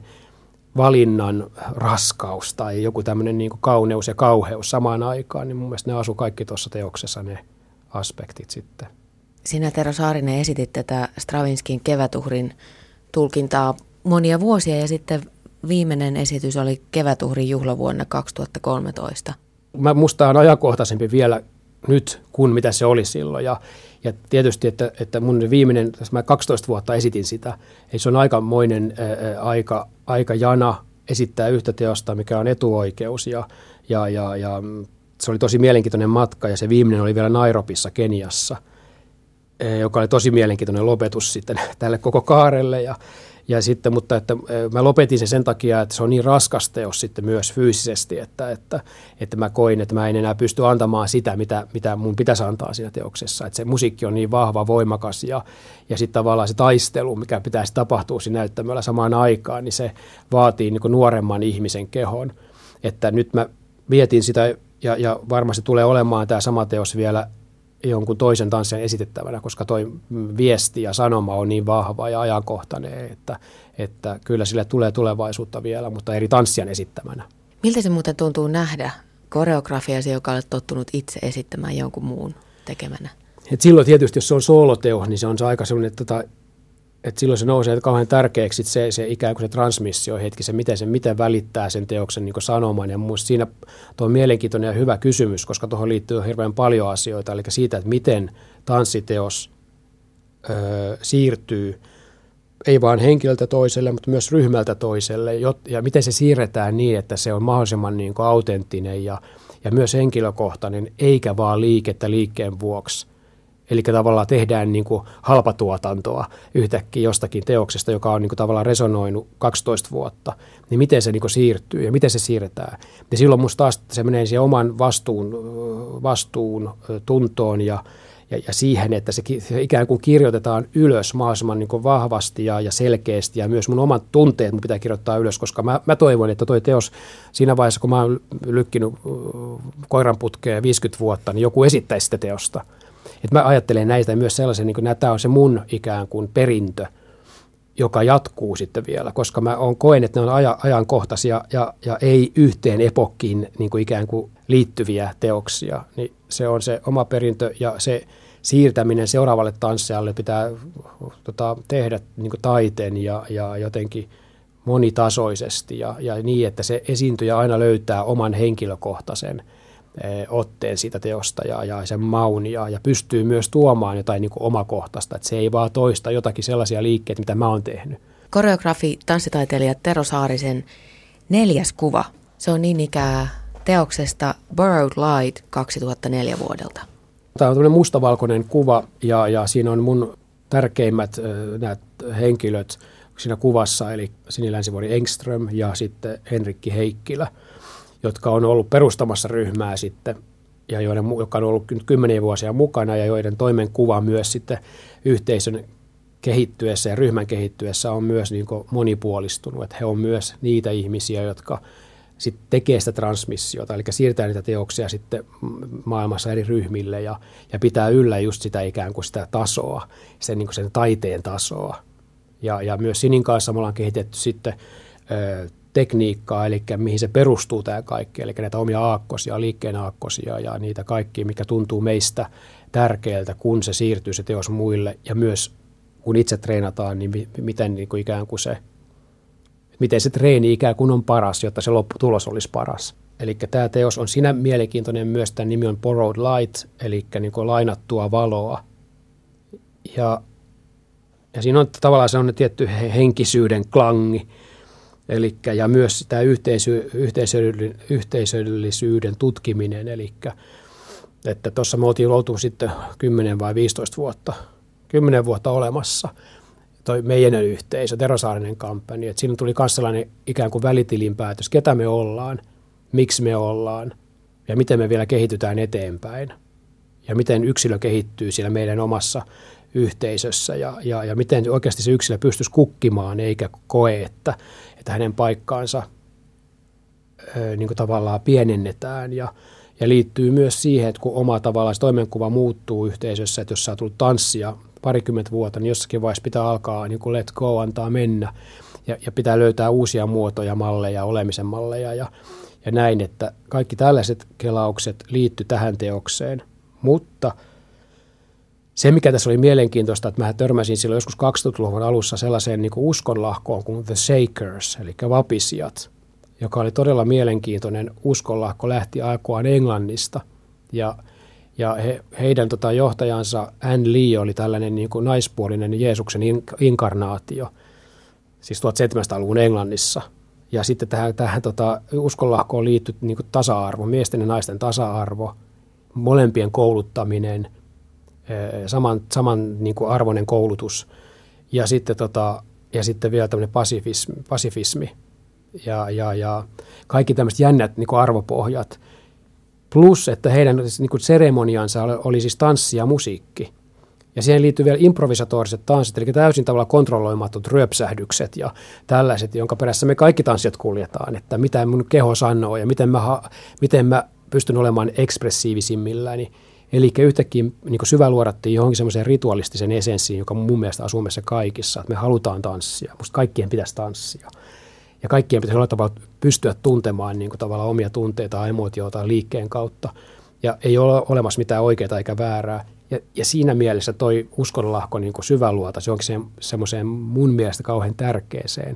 valinnan raskaus tai joku tämmöinen niin kuin kauneus ja kauheus samaan aikaan, niin mun mielestä ne asuu kaikki tuossa teoksessa ne aspektit sitten. Sinä, Tero Saarinen, esitit tätä Stravinskin Kevätuhrin tulkintaa monia vuosia ja sitten viimeinen esitys oli Kevätuhrin juhlavuonna kaksituhattakolmetoista. Mä musta on ajankohtaisempi vielä nyt kuin mitä se oli silloin ja, ja tietysti, että, että mun viimeinen, tässä mä kaksitoista vuotta esitin sitä, ei se on aikamoinen ää, aika, aika jana esittää yhtä teosta, mikä on etuoikeus ja, ja, ja, ja se oli tosi mielenkiintoinen matka ja se viimeinen oli vielä Nairobissa Keniassa, ää, joka oli tosi mielenkiintoinen lopetus sitten tälle koko kaarelle ja Ja sitten, mutta että mä lopetin sen sen takia, että se on niin raskas teos sitten myös fyysisesti, että, että, että mä koin, että mä en enää pysty antamaan sitä, mitä, mitä mun pitäisi antaa siinä teoksessa. Että se musiikki on niin vahva, voimakas ja, ja sitten tavallaan se taistelu, mikä pitäisi tapahtua siinä näyttämöllä samaan aikaan, niin se vaatii niin kuin nuoremman ihmisen kehon. Että nyt mä mietin sitä ja, ja varmasti tulee olemaan tämä sama teos vielä jonkun toisen tanssijan esitettävänä, koska toi viesti ja sanoma on niin vahva ja ajankohtainen, että, että kyllä sille tulee tulevaisuutta vielä, mutta eri tanssijan esittämänä. Miltä se muuten tuntuu nähdä koreografiasi, joka olet tottunut itse esittämään jonkun muun tekemänä? Et silloin tietysti, jos se on sooloteos, niin se on se aika sellainen, että, tota, että silloin se nousee kauhean tärkeäksi se, se ikään kuin se transmissiohetki, se miten, se miten välittää sen teoksen niin kuin sanoman. Ja minusta siinä tuo on mielenkiintoinen ja hyvä kysymys, koska tuohon liittyy hirveän paljon asioita, eli siitä, että miten tanssiteos ö, siirtyy, ei vain henkilöltä toiselle, mutta myös ryhmältä toiselle, ja miten se siirretään niin, että se on mahdollisimman niin kuin autenttinen ja, ja myös henkilökohtainen, eikä vaan liikettä liikkeen vuoksi. Eli tavallaan tehdään niin kuin halpatuotantoa yhtäkkiä jostakin teoksesta, joka on niin kuin tavallaan resonoinut kaksitoista vuotta. Niin miten se niin kuin siirtyy ja miten se siirretään. Ja silloin musta taas se menee siihen oman vastuun, vastuun tuntoon ja, ja, ja siihen, että se ikään kuin kirjoitetaan ylös mahdollisimman niin kuin vahvasti ja, ja selkeästi. Ja myös mun omat tunteet mun pitää kirjoittaa ylös, koska mä, mä toivon, että toi teos siinä vaiheessa, kun mä oon lykkinyt koiranputkeen viisikymmentä vuotta, niin joku esittäisi sitä teosta. Et mä ajattelen näitä myös sellaisen, niin että tämä on se mun ikään kuin perintö, joka jatkuu sitten vielä, koska mä on, koen, että ne on aja, ajankohtaisia ja, ja ei yhteen epokkiin niin kuin ikään kuin liittyviä teoksia. Niin se on se oma perintö ja se siirtäminen seuraavalle tanssijalle pitää tota, tehdä niin kuin taiteen ja, ja jotenkin monitasoisesti ja, ja niin, että se esiintyjä aina löytää oman henkilökohtaisen otteen siitä teosta ja, ja sen maun ja, ja pystyy myös tuomaan jotain niin kuin omakohtaista, että se ei vaan toista jotakin sellaisia liikkeitä, mitä mä oon tehnyt. Koreografi, tanssitaiteilija Tero Saarisen neljäs kuva, se on niin ikään teoksesta Borrowed Light kaksituhattaneljä vuodelta. Tämä on tämmöinen mustavalkoinen kuva ja, ja siinä on mun tärkeimmät nämä henkilöt siinä kuvassa, eli Sini Länsivuori Engström ja sitten Henrikki Heikkilä, jotka on ollut perustamassa ryhmää sitten, ja joiden, jotka on ollut kymmeniä vuosia mukana, ja joiden toimenkuva myös sitten yhteisön kehittyessä ja ryhmän kehittyessä on myös niin kuin monipuolistunut. Että he on myös niitä ihmisiä, jotka sitten tekee sitä transmissiota, eli siirtää niitä teoksia sitten maailmassa eri ryhmille ja, ja pitää yllä just sitä ikään kuin sitä tasoa, sen, niin kuin sen taiteen tasoa. Ja, ja myös Sinin kanssa me ollaan kehitetty sitten ö, tekniikkaa, eli mihin se perustuu tämä kaikki, eli näitä omia aakkosia, liikkeen aakkosia ja niitä kaikkia, mikä tuntuu meistä tärkeältä, kun se siirtyy se teos muille, ja myös kun itse treenataan, niin miten niin kuin ikään kuin se, miten se treeni ikään kuin on paras, jotta se lopputulos olisi paras. Eli tämä teos on siinä mielenkiintoinen myös, tämän nimi on Borrowed Light, eli niin kuin lainattua valoa. Ja, ja siinä on tavallaan se on tietty henkisyyden klangi, eli, ja myös tämä yhteisö, yhteisöllisyyden tutkiminen, eli että tuossa me oltiin oltu sitten kymmenen vai viisitoista vuotta, kymmenen vuotta olemassa, toi meidän yhteisö, Tero Saarinen kampanja, että siinä tuli myös sellainen ikään kuin välitilinpäätös, ketä me ollaan, miksi me ollaan ja miten me vielä kehitytään eteenpäin ja miten yksilö kehittyy siellä meidän omassa yhteisössä ja, ja, ja miten oikeasti se yksilö pystyisi kukkimaan eikä koe, että, että hänen paikkaansa ö, niin kuin tavallaan pienennetään ja, ja liittyy myös siihen, että kun oma tavallaan se toimenkuva muuttuu yhteisössä, että jos sä oot tullut tanssia parikymmentä vuotta, niin jossakin vaiheessa pitää alkaa niin kuin let go, antaa mennä ja, ja pitää löytää uusia muotoja, malleja, olemisen malleja ja, ja näin, että kaikki tällaiset kelaukset liittyy tähän teokseen, mutta se, mikä tässä oli mielenkiintoista, että mä törmäsin silloin joskus kaksituhattaluvun alussa sellaiseen niin kuin uskonlahkoon kuin The Shakers, eli vapisijat, joka oli todella mielenkiintoinen uskonlahko, lähti aikoaan Englannista ja Ja he, heidän tota, johtajansa Ann Lee oli tällainen niin kuin naispuolinen Jeesuksen inkarnaatio, siis tuhatseitsemänsataaluvun Englannissa. Ja sitten tähän, tähän tota, uskonlahkoon liittyi niin kuin tasa-arvo, miesten ja naisten tasa-arvo, molempien kouluttaminen, saman, saman niin kuin arvoinen koulutus ja sitten, tota, ja sitten vielä tämmöinen pasifismi, pasifismi ja, ja, ja kaikki tämmöiset jännät niin kuin arvopohjat. Plus, että heidän niin kuin seremoniansa oli, oli siis tanssi ja musiikki. Ja siihen liittyy vielä improvisatoriset tanssit, eli täysin tavalla kontrolloimatut ryöpsähdykset ja tällaiset, jonka perässä me kaikki tanssijat kuljetaan, että mitä mun keho sanoo ja miten mä, miten mä pystyn olemaan ekspressiivisimmilläni. Eli yhtäkkiä niin kuin syväluodattiin johonkin semmoiseen ritualistisen esenssiin, joka mun mielestä asuu meissä kaikissa, että me halutaan tanssia. Musta kaikkien pitäisi tanssia. Ja kaikkien pitäisi olla tavalla pystyä tuntemaan niin kuin tavallaan omia tunteita, emootioita liikkeen kautta. Ja ei ole olemassa mitään oikeaa eikä väärää. Ja, ja siinä mielessä toi uskonlahko niin kuin syväluota, se onkin se, semmoiseen mun mielestä kauhean tärkeeseen.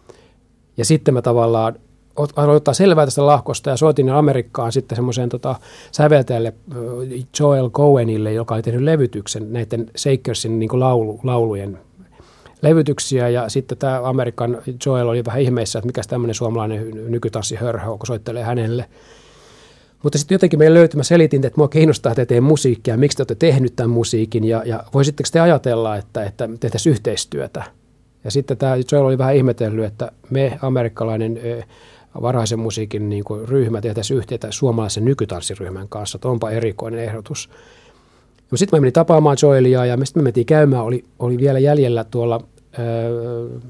Ja sitten mä tavallaan aloin ottaa selvää tästä lahkosta ja soitin Amerikkaan sitten semmoiseen tota, säveltäjälle Joel Cohenille, joka oli tehnyt levytyksen näiden Shakersin niin kuin laulu, laulujen levytyksiä. Ja sitten tämä Amerikan Joel oli vähän ihmeessä, että mikä tämmöinen suomalainen nykytanssihörhö, kun soittelee hänelle. Mutta sitten jotenkin meillä löytyi, mä selitin, että mua kiinnostaa, että teen musiikkia, miksi te olette tehnyt tämän musiikin ja, ja voisitteko te ajatella, että, että tehtäisiin yhteistyötä. Ja sitten tämä Joel oli vähän ihmetellyt, että me amerikkalainen varhaisen musiikin niin kuin ryhmä tehtäisiin yhteyttä suomalaisen nykytanssiryhmän kanssa, että onpa erikoinen ehdotus. Sitten mä menin tapaamaan Joelia ja sitten me mentiin käymään, oli, oli vielä jäljellä tuolla äh,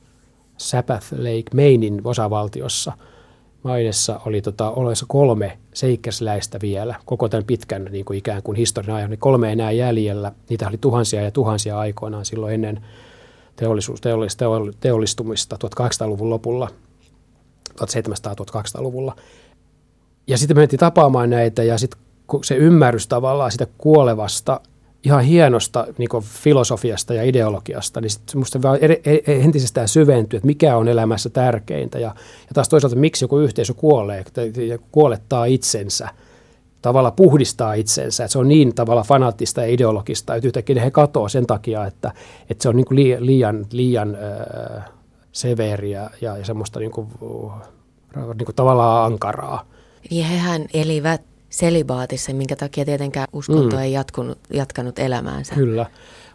Sabbath Lake Mainin osavaltiossa. Mainessa oli tota, olemassa kolme seikkäsläistä vielä, koko tämän pitkän niin kuin ikään kuin historian ajan, niin kolme enää jäljellä. Niitä oli tuhansia ja tuhansia aikoinaan silloin ennen teollisuus, teollis, teollistumista tuhatkahdeksansataaluvun lopulla, tuhatseitsemänsataa-tuhatkaksisataaluvulla. Ja sitten me mentiin tapaamaan näitä ja sitten se ymmärrys tavallaan sitä kuolevasta, ihan hienosta niin kuin filosofiasta ja ideologiasta, niin sitten musta vaan entisestään syventyy, että mikä on elämässä tärkeintä. Ja, ja taas toisaalta, miksi joku yhteisö kuolee ja kuolettaa itsensä, tavallaan puhdistaa itsensä. Että se on niin tavallaan fanaattista ja ideologista, että yhtäkkiä he katoaa sen takia, että, että se on niin kuin liian, liian, liian äh, severiä ja, ja semmoista niin kuin, niin kuin tavallaan ankaraa. Ja hehän elivät selibaatissa, minkä takia tietenkään uskonto mm. ei jatkunut, jatkanut elämäänsä. Kyllä,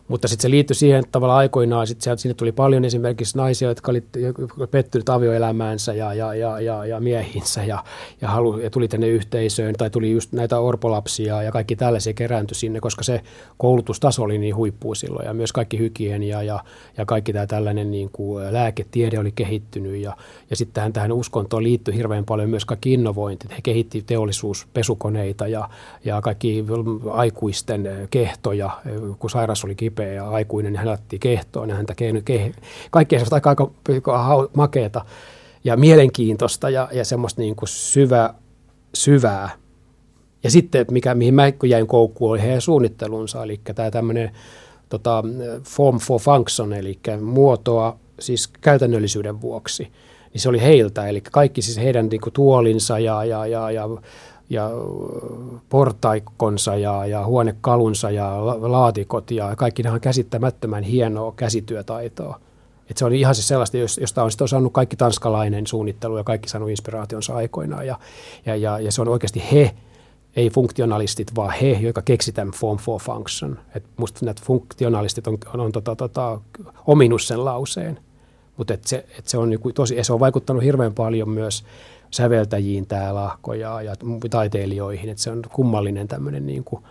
Mutta sitten se liittyi siihen, että tavallaan aikoinaan sit sieltä, sinne tuli paljon esimerkiksi naisia, jotka oli pettynyt avioelämäänsä ja, ja, ja, ja, ja miehinsä ja, ja, halu, ja tuli tänne yhteisöön tai tuli just näitä orpolapsia ja kaikki tällaisia kerääntyi sinne, koska se koulutustaso oli niin huippua silloin ja myös kaikki hygienia ja, ja kaikki tämä tällainen niin kuin lääketiede oli kehittynyt ja, ja sitten tähän, tähän uskontoon liittyi hirveän paljon myös kaikki innovointit. He kehitti teollisuuspesukoneita ja, ja kaikki aikuisten kehtoja, kun sairas oli kipeä ja aikuinen, niin hän laitettiin kehtoon ja häntä ke- kaikkea semmoista aika, aika, aika makeata ja mielenkiintoista ja, ja semmoista niin kuin syvä, syvää. Ja sitten, mikä, mihin mä jäin koukkuun, oli heidän suunnittelunsa, eli tämä tämmöinen tota, form for function, eli muotoa siis käytännöllisyyden vuoksi. Niin se oli heiltä, eli kaikki siis heidän niin kuin tuolinsa ja, ja, ja, ja ja portaikkonsa ja, ja huonekalunsa ja laatikot ja kaikki nämä on käsittämättömän hienoa käsityötaitoa. Et se oli ihan siis sellaista, josta on sitten saanut kaikki tanskalainen suunnittelu ja kaikki saanut inspiraationsa aikoinaan. Ja, ja, ja, ja se on oikeasti he, ei funktionalistit, vaan he, jotka keksitään form for function. Et musta näitä funktionalistit on, on, on tota, tota, ominut sen lauseen, mutta et se, et se, on tosi, se on vaikuttanut hirveän paljon myös säveltäjiin tämä lahko ja, ja taiteilijoihin, että se on kummallinen tämmöinen niin kuin.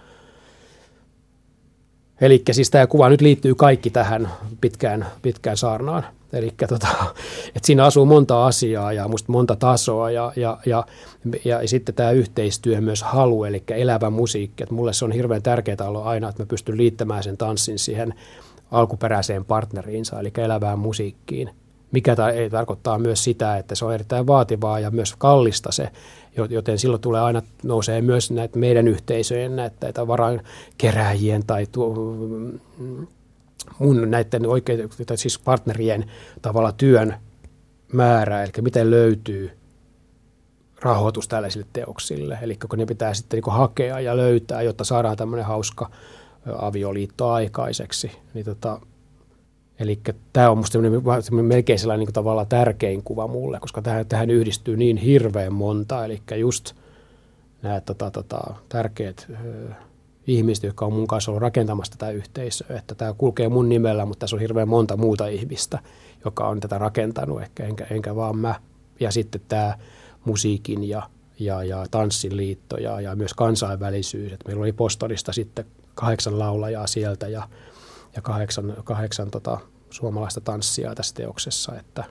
Eli siis tämä kuva nyt liittyy kaikki tähän pitkään, pitkään saarnaan. Eli tota, että siinä asuu monta asiaa ja musta monta tasoa ja, ja, ja, ja sitten tämä yhteistyö myös halu, eli elävä musiikki. Että mulle se on hirveän tärkeää olla aina, että mä pystyn liittämään sen tanssin siihen alkuperäiseen partneriinsa, eli elävään musiikkiin. Mikä ta- ei tarkoittaa myös sitä, että se on erittäin vaativaa ja myös kallista se, joten silloin tulee aina, nousee myös näitä meidän yhteisöjen, näitä varankerääjien tai tuo, mun näiden oikein, siis partnerien tavalla työn määrä, eli miten löytyy rahoitus tällaisille teoksille, eli kun ne pitää sitten niin kuin hakea ja löytää, jotta saadaan tämmöinen hauska avioliitto aikaiseksi, niin tota, eli tämä on minusta melkein sellainen niin kuin tavallaan tärkein kuva mulle, koska tähän, tähän yhdistyy niin hirveän monta, eli just nämä tota, tota, tärkeät ö, ihmiset, jotka on mun kanssa ollut rakentamassa tätä yhteisöä, että tämä kulkee mun nimellä, mutta tässä on hirveän monta muuta ihmistä, joka on tätä rakentanut, ehkä enkä, enkä vaan mä. Ja sitten tämä musiikin ja, ja, ja tanssin liitto ja, ja myös kansainvälisyys, että meillä oli Postolista sitten kahdeksan laulajaa sieltä ja ja kahdeksan, kahdeksan tota, suomalaista tanssia tässä teoksessa, että,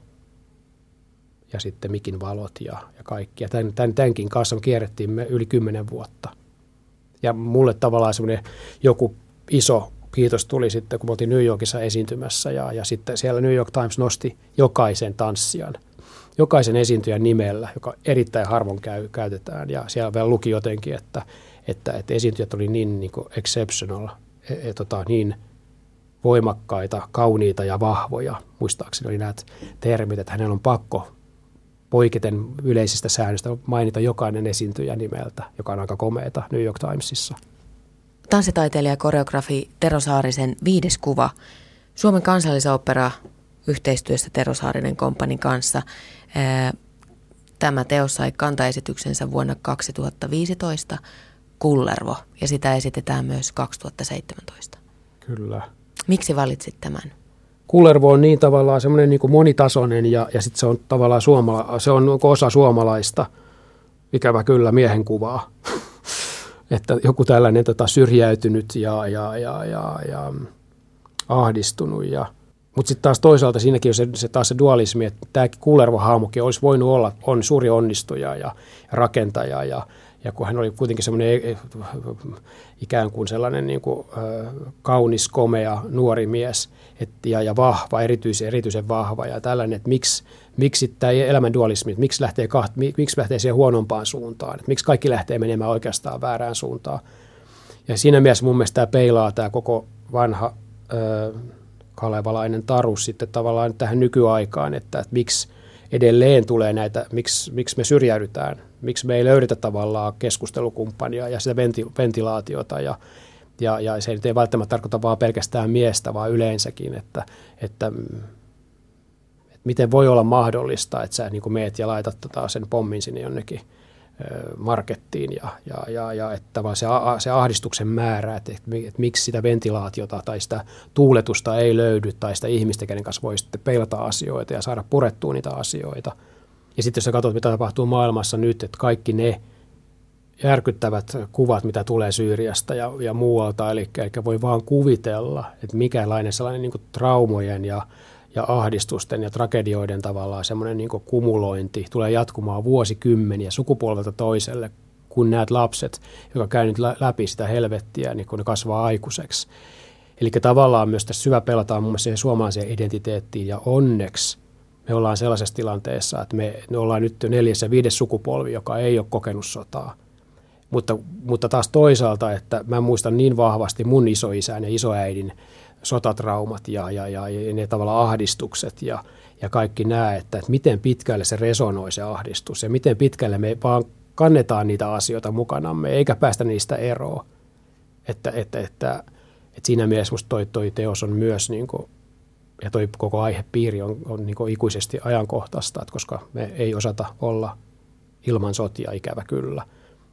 ja sitten Mikin valot ja, ja kaikki. Ja tämän, tämän, tämänkin kanssa me kierrettiin me yli kymmenen vuotta. Ja mulle tavallaan semmoinen joku iso kiitos tuli sitten, kun me oltiin New Yorkissa esiintymässä, ja, ja sitten siellä New York Times nosti jokaisen tanssijan, jokaisen esiintyjän nimellä, joka erittäin harvoin käy, käytetään. Ja siellä vielä luki jotenkin, että, että, että esiintyjät oli niin, niin kuin exceptional, e, e, tota, niin voimakkaita, kauniita ja vahvoja. Muistaakseni oli nämä termit, että hänellä on pakko poiketen yleisistä säännöistä mainita jokainen esiintyjä nimeltä, joka on aika komeata New York Timesissa. Tanssitaiteilija ja koreografi Tero Saarisen viides kuva Suomen Kansallisopera yhteistyössä Tero Saarinen Company kanssa. Tämä teos sai kantaesityksensä vuonna kaksituhattaviisitoista Kullervo ja sitä esitetään myös kaksituhattaseitsemäntoista. Kyllä. Miksi valitsit tämän? Kullervo on niin tavallaan semmoinen niin kuin monitasoinen ja, ja sitten se on tavallaan suomala, se on osa suomalaista, ikävä kyllä miehen kuvaa. Että joku tällainen tota, syrjäytynyt ja, ja, ja, ja, ja ahdistunut. Ja. Mutta sitten taas toisaalta siinäkin on se, se, taas se dualismi, että tämä Kullervo-hahmokin olisi voinut olla on suuri onnistuja ja, ja rakentaja ja Ja kun hän oli kuitenkin semmoinen ikään kuin sellainen niin kuin, kaunis, komea, nuori mies et, ja, ja vahva, erityisen, erityisen vahva ja tällainen, että miksi, miksi tämä elämän dualismi, että miksi lähtee, kaht, miksi lähtee siihen huonompaan suuntaan, että miksi kaikki lähtee menemään oikeastaan väärään suuntaan. Ja siinä mielessä mun mielestä tämä peilaa tämä koko vanha ö, kalevalainen taru sitten tavallaan tähän nykyaikaan, että, että miksi edelleen tulee näitä, miksi, miksi me syrjäydytään, miksi me ei löydetä tavallaan keskustelukumppania ja sitä ventilaatiota ja, ja, ja se ei välttämättä tarkoita vaan pelkästään miestä, vaan yleensäkin, että, että, että miten voi olla mahdollista, että sä niin kuin meet ja laitat tota sen pommin sinne jonnekin markettiin ja, ja, ja, ja että se, se ahdistuksen määrä, että, että miksi sitä ventilaatiota tai sitä tuuletusta ei löydy tai sitä ihmistä, kenen kanssa voi sitten peilata asioita ja saada purettua niitä asioita. Ja sitten jos sä katsot, mitä tapahtuu maailmassa nyt, että kaikki ne järkyttävät kuvat, mitä tulee Syyriasta ja, ja muualta, eli, eli voi vaan kuvitella, että mikälainen sellainen niin kuin traumojen ja, ja ahdistusten ja tragedioiden tavallaan semmoinen niin kuin kumulointi tulee jatkumaan vuosikymmeniä sukupolvelta toiselle, kun näet lapset, jotka käy nyt läpi sitä helvettiä, niin kun ne kasvaa aikuiseksi. Eli tavallaan myös tässä syvä pelataan mun mielestä siihen suomalaiseen identiteettiin, ja onneksi me ollaan sellaisessa tilanteessa, että me, me ollaan nyt jo neljäs ja viides sukupolvi, joka ei ole kokenut sotaa. Mutta, mutta taas toisaalta, että mä muistan niin vahvasti mun isoisän ja isoäidin sotatraumat ja, ja, ja, ja ne tavallaan ahdistukset ja, ja kaikki nämä, että, että miten pitkälle se resonoi se ahdistus ja miten pitkälle me vaan kannetaan niitä asioita mukanamme eikä päästä niistä eroon. Että, että, että, että siinä mielessä musta toi, toi teos on myös, niin kuin, ja toi koko aihepiiri on, on niin kuin ikuisesti ajankohtaista, että koska me ei osata olla ilman sotia, ikävä kyllä.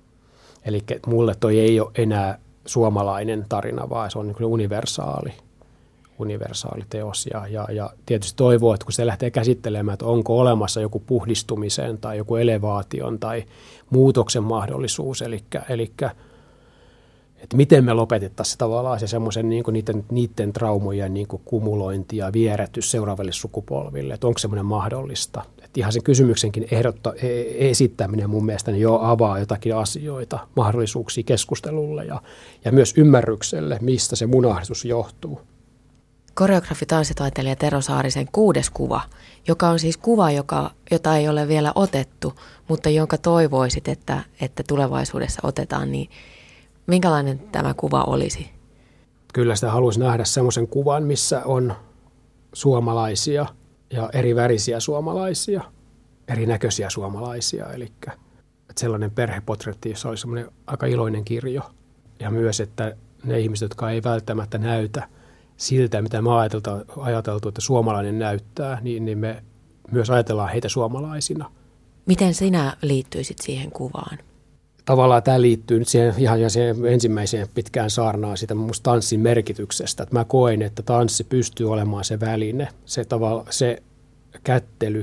Eli mulle toi ei ole enää suomalainen tarina, vaan se on niin universaali, universaali teos. Ja, ja, ja tietysti toivoo, että kun se lähtee käsittelemään, että onko olemassa joku puhdistumisen tai joku elevaation tai muutoksen mahdollisuus, eli, eli että miten me lopetettaisiin se tavallaan se semmoisen niin niiden, niiden traumojen niin kumulointi ja vierrätys seuraaville sukupolville, että onko semmoinen mahdollista. Että ihan sen kysymyksenkin ehdotta, esittäminen mun mielestäni jo avaa jotakin asioita, mahdollisuuksia keskustelulle ja, ja myös ymmärrykselle, mistä se mun ahdistus johtuu. Koreografi, tanssitaiteilija Tero Saarisen kuudes kuva, joka on siis kuva, joka, jota ei ole vielä otettu, mutta jonka toivoisit, että, että tulevaisuudessa otetaan, niin minkälainen tämä kuva olisi? Kyllä sitä haluaisin nähdä semmoisen kuvan, missä on suomalaisia ja eri värisiä suomalaisia, erinäköisiä suomalaisia. Eli että sellainen perhepotretti, jossa olisi semmoinen aika iloinen kirjo. Ja myös, että ne ihmiset, jotka ei välttämättä näytä siltä, mitä me ajateltu, ajateltu että suomalainen näyttää, niin, niin me myös ajatellaan heitä suomalaisina. Miten sinä liittyisit siihen kuvaan? Tavallaan tämä liittyy nyt siihen, ihan siihen ensimmäiseen pitkään saarnaan siitä musta tanssin merkityksestä. Että mä koen, että tanssi pystyy olemaan se väline, se, tavalla, se kättely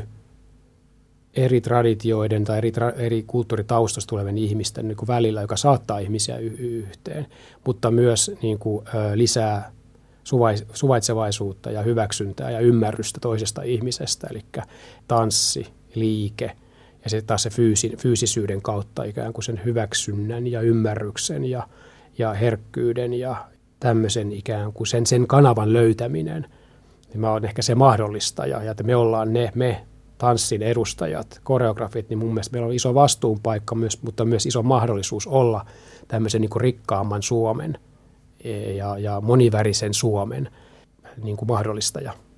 eri traditioiden tai eri, eri kulttuuritaustasta tulevien ihmisten niin kuin välillä, joka saattaa ihmisiä y- yhteen, mutta myös niin kuin, ö, lisää suvais, suvaitsevaisuutta ja hyväksyntää ja ymmärrystä toisesta ihmisestä, eli tanssi, liike. Ja sitten taas se fyysi, fyysisyyden kautta ikään kuin sen hyväksynnän ja ymmärryksen ja, ja herkkyyden ja tämmöisen ikään kuin sen, sen kanavan löytäminen. Niin mä oon ehkä se mahdollistaja ja että me ollaan ne, me tanssin edustajat, koreografit, niin mun mielestä meillä on iso vastuunpaikka, myös, mutta myös iso mahdollisuus olla tämmöisen niin kuin rikkaamman Suomen ja, ja monivärisen Suomen niin kuin mahdollistaja.